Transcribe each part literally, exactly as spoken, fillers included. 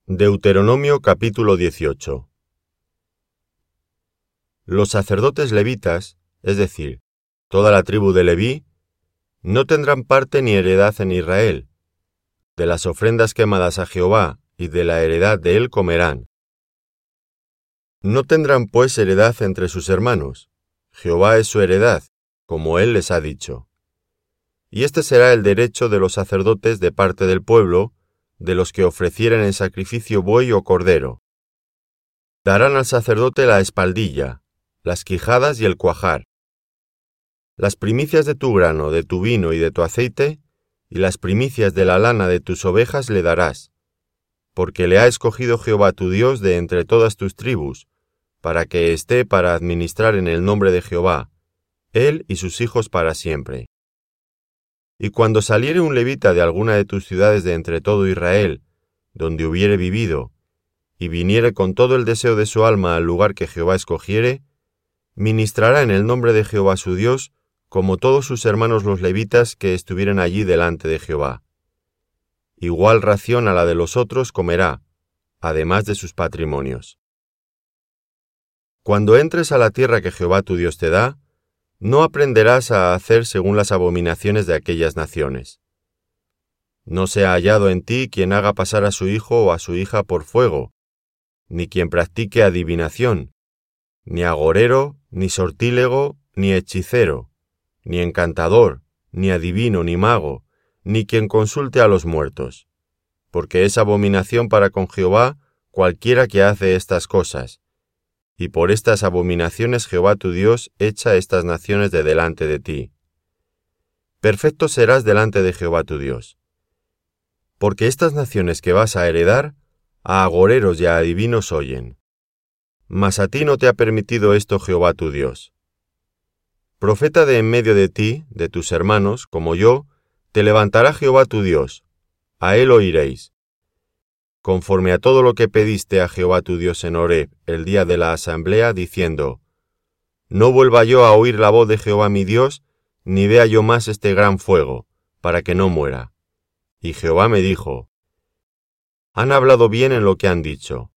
Deuteronomio capítulo dieciocho. Los sacerdotes levitas, es decir, toda la tribu de Leví, no tendrán parte ni heredad en Israel. De las ofrendas quemadas a Jehová y de la heredad de él comerán. No tendrán pues heredad entre sus hermanos. Jehová es su heredad, como él les ha dicho. Y este será el derecho de los sacerdotes de parte del pueblo, de los que ofrecieren en sacrificio buey o cordero. Darán al sacerdote la espaldilla, las quijadas y el cuajar. Las primicias de tu grano, de tu vino y de tu aceite, y las primicias de la lana de tus ovejas le darás, porque le ha escogido Jehová tu Dios de entre todas tus tribus, para que esté para administrar en el nombre de Jehová, él y sus hijos para siempre. Y cuando saliere un levita de alguna de tus ciudades de entre todo Israel, donde hubiere vivido, y viniere con todo el deseo de su alma al lugar que Jehová escogiere, ministrará en el nombre de Jehová su Dios, como todos sus hermanos los levitas que estuvieren allí delante de Jehová. Igual ración a la de los otros comerá, además de sus patrimonios. Cuando entres a la tierra que Jehová tu Dios te da, no aprenderás a hacer según las abominaciones de aquellas naciones. No sea hallado en ti quien haga pasar a su hijo o a su hija por fuego, ni quien practique adivinación, ni agorero, ni sortílego, ni hechicero, ni encantador, ni adivino, ni mago, ni quien consulte a los muertos, porque es abominación para con Jehová cualquiera que hace estas cosas. Y por estas abominaciones Jehová tu Dios echa estas naciones de delante de ti. Perfecto serás delante de Jehová tu Dios. Porque estas naciones que vas a heredar, a agoreros y a adivinos oyen. Mas a ti no te ha permitido esto Jehová tu Dios. Profeta de en medio de ti, de tus hermanos, como yo, te levantará Jehová tu Dios. A él oiréis. Conforme a todo lo que pediste a Jehová tu Dios en Horeb el día de la asamblea, diciendo, no vuelva yo a oír la voz de Jehová mi Dios, ni vea yo más este gran fuego, para que no muera. Y Jehová me dijo, han hablado bien en lo que han dicho.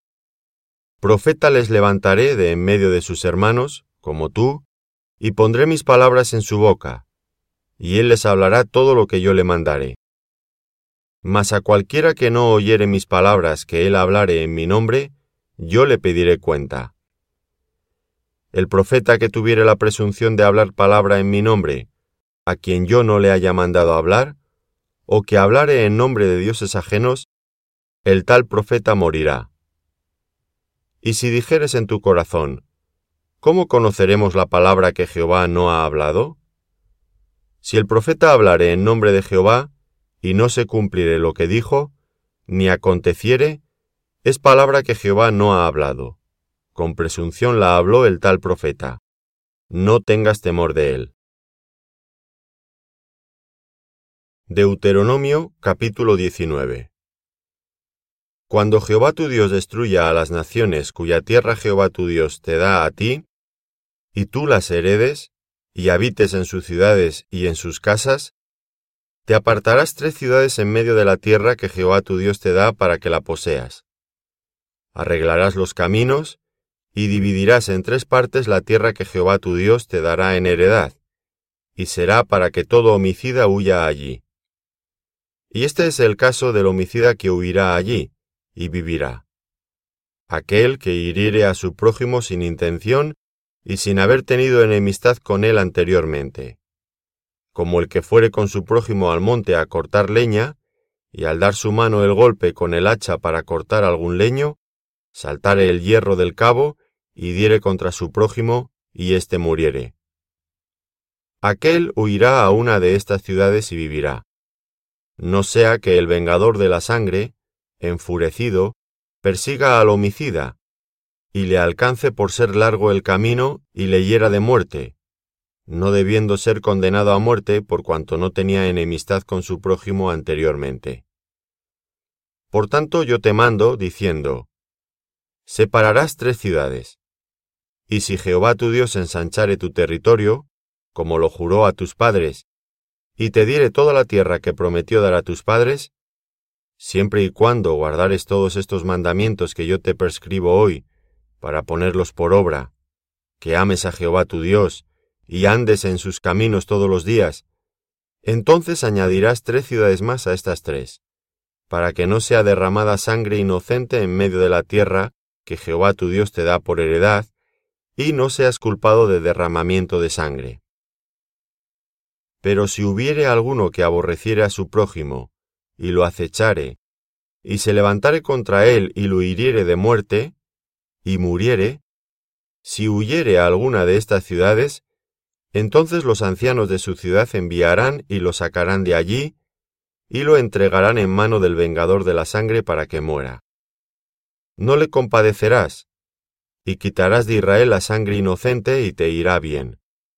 Profeta les levantaré de en medio de sus hermanos, como tú, y pondré mis palabras en su boca, y él les hablará todo lo que yo le mandaré. Mas a cualquiera que no oyere mis palabras que él hablare en mi nombre, yo le pediré cuenta. El profeta que tuviere la presunción de hablar palabra en mi nombre, a quien yo no le haya mandado hablar, o que hablare en nombre de dioses ajenos, el tal profeta morirá. Y si dijeres en tu corazón, ¿cómo conoceremos la palabra que Jehová no ha hablado? Si el profeta hablare en nombre de Jehová, y no se cumpliere lo que dijo, ni aconteciere, es palabra que Jehová no ha hablado. Con presunción la habló el tal profeta. No tengas temor de él. Deuteronomio capítulo diecinueve. Cuando Jehová tu Dios destruya a las naciones cuya tierra Jehová tu Dios te da a ti, y tú las heredes, y habites en sus ciudades y en sus casas, te apartarás tres ciudades en medio de la tierra que Jehová tu Dios te da para que la poseas. Arreglarás los caminos, y dividirás en tres partes la tierra que Jehová tu Dios te dará en heredad, y será para que todo homicida huya allí. Y este es el caso del homicida que huirá allí, y vivirá. Aquel que hiriere a su prójimo sin intención y sin haber tenido enemistad con él anteriormente. Como el que fuere con su prójimo al monte a cortar leña, y al dar su mano el golpe con el hacha para cortar algún leño, saltare el hierro del cabo, y diere contra su prójimo, y éste muriere. Aquel huirá a una de estas ciudades y vivirá. No sea que el vengador de la sangre, enfurecido, persiga al homicida, y le alcance por ser largo el camino, y le hiera de muerte, no debiendo ser condenado a muerte por cuanto no tenía enemistad con su prójimo anteriormente. Por tanto yo te mando, diciendo, separarás tres ciudades, y si Jehová tu Dios ensanchare tu territorio, como lo juró a tus padres, y te diere toda la tierra que prometió dar a tus padres, siempre y cuando guardares todos estos mandamientos que yo te prescribo hoy, para ponerlos por obra, que ames a Jehová tu Dios, y andes en sus caminos todos los días, entonces añadirás tres ciudades más a estas tres, para que no sea derramada sangre inocente en medio de la tierra que Jehová tu Dios te da por heredad, y no seas culpado de derramamiento de sangre. Pero si hubiere alguno que aborreciere a su prójimo, y lo acechare, y se levantare contra él y lo hiriere de muerte, y muriere, si huyere a alguna de estas ciudades, entonces los ancianos de su ciudad enviarán y lo sacarán de allí, y lo entregarán en mano del vengador de la sangre para que muera. No le compadecerás, y quitarás de Israel la sangre inocente y te irá bien.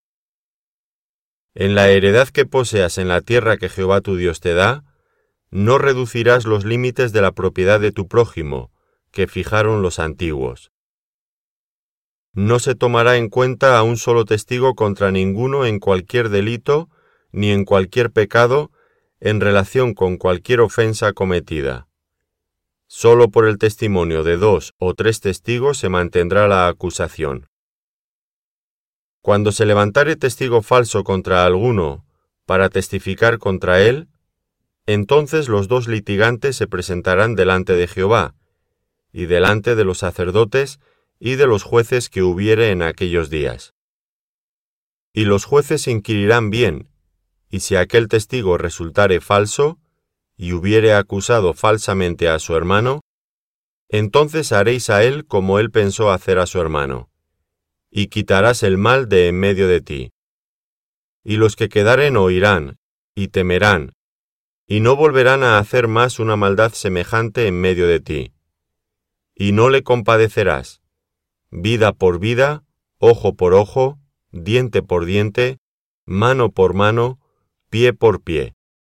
En la heredad que poseas en la tierra que Jehová tu Dios te da, no reducirás los límites de la propiedad de tu prójimo, que fijaron los antiguos. No se tomará en cuenta a un solo testigo contra ninguno en cualquier delito ni en cualquier pecado en relación con cualquier ofensa cometida. Solo por el testimonio de dos o tres testigos se mantendrá la acusación. Cuando se levantare testigo falso contra alguno para testificar contra él, entonces los dos litigantes se presentarán delante de Jehová, y delante de los sacerdotes y de los jueces que hubiere en aquellos días. Y los jueces inquirirán bien, y si aquel testigo resultare falso, y hubiere acusado falsamente a su hermano, entonces haréis a él como él pensó hacer a su hermano, y quitarás el mal de en medio de ti. Y los que quedaren oirán, y temerán, y no volverán a hacer más una maldad semejante en medio de ti. Y no le compadecerás, vida por vida, ojo por ojo, diente por diente, mano por mano, pie por pie.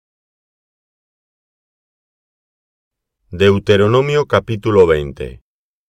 Deuteronomio capítulo veinte.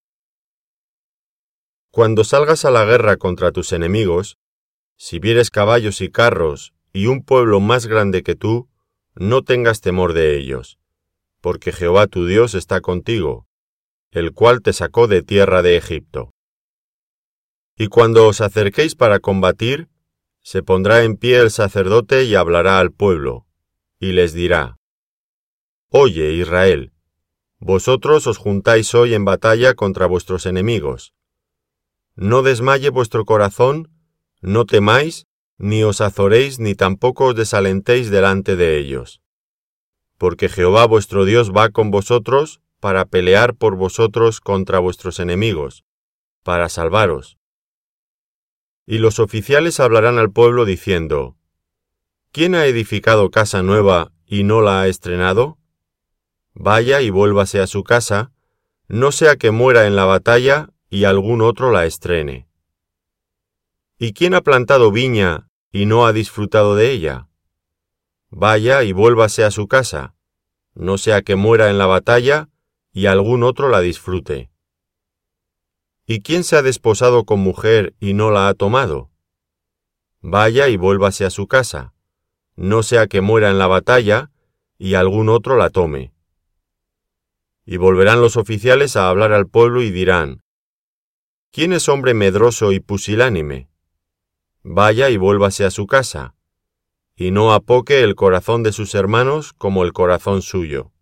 Cuando salgas a la guerra contra tus enemigos, si vieres caballos y carros y un pueblo más grande que tú, no tengas temor de ellos, porque Jehová tu Dios está contigo, el cual te sacó de tierra de Egipto. Y cuando os acerquéis para combatir, se pondrá en pie el sacerdote y hablará al pueblo, y les dirá: Oye, Israel, vosotros os juntáis hoy en batalla contra vuestros enemigos. No desmaye vuestro corazón, no temáis, ni os azoréis, ni tampoco os desalentéis delante de ellos. Porque Jehová vuestro Dios va con vosotros para pelear por vosotros contra vuestros enemigos, para salvaros. Y los oficiales hablarán al pueblo diciendo: ¿Quién ha edificado casa nueva y no la ha estrenado? Vaya y vuélvase a su casa, no sea que muera en la batalla y algún otro la estrene. ¿Y quién ha plantado viña y no ha disfrutado de ella? Vaya y vuélvase a su casa, no sea que muera en la batalla y algún otro la disfrute. ¿Y quién se ha desposado con mujer y no la ha tomado? Vaya y vuélvase a su casa, no sea que muera en la batalla y algún otro la tome. Y volverán los oficiales a hablar al pueblo y dirán: ¿Quién es hombre medroso y pusilánime? Vaya y vuélvase a su casa, y no apoque el corazón de sus hermanos como el corazón suyo.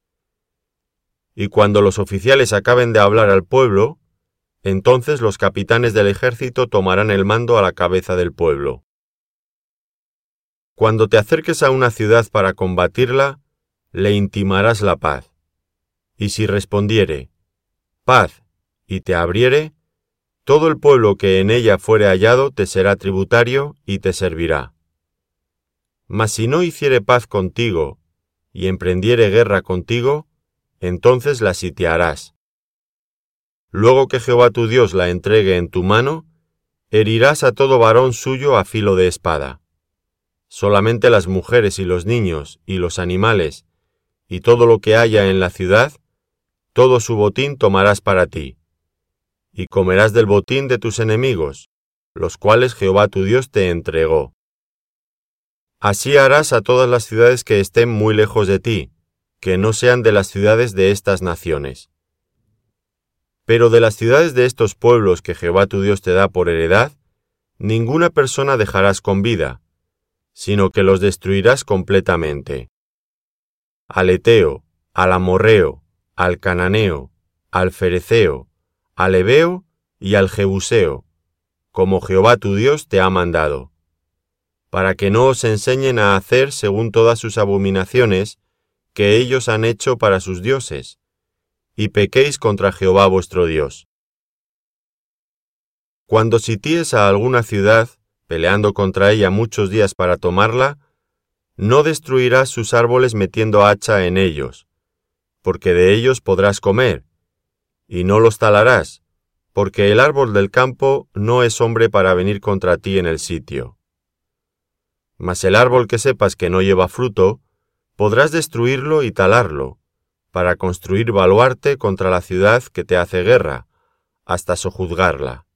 Y cuando los oficiales acaben de hablar al pueblo, entonces los capitanes del ejército tomarán el mando a la cabeza del pueblo. Cuando te acerques a una ciudad para combatirla, le intimarás la paz. Y si respondiere: paz, y te abriere, todo el pueblo que en ella fuere hallado te será tributario y te servirá. Mas si no hiciere paz contigo, y emprendiere guerra contigo, entonces la sitiarás. Luego que Jehová tu Dios la entregue en tu mano, herirás a todo varón suyo a filo de espada. Solamente las mujeres y los niños y los animales, y todo lo que haya en la ciudad, todo su botín tomarás para ti, y comerás del botín de tus enemigos, los cuales Jehová tu Dios te entregó. Así harás a todas las ciudades que estén muy lejos de ti, que no sean de las ciudades de estas naciones. Pero de las ciudades de estos pueblos que Jehová tu Dios te da por heredad, ninguna persona dejarás con vida, sino que los destruirás completamente. Al Eteo, al Amorreo, al Cananeo, al Fereceo, al Heveo y al Jebuseo, como Jehová tu Dios te ha mandado, para que no os enseñen a hacer según todas sus abominaciones que ellos han hecho para sus dioses, y pequéis contra Jehová vuestro Dios. Cuando sities a alguna ciudad, peleando contra ella muchos días para tomarla, no destruirás sus árboles metiendo hacha en ellos, porque de ellos podrás comer, y no los talarás, porque el árbol del campo no es hombre para venir contra ti en el sitio. Mas el árbol que sepas que no lleva fruto, podrás destruirlo y talarlo, para construir baluarte contra la ciudad que te hace guerra, hasta sojuzgarla.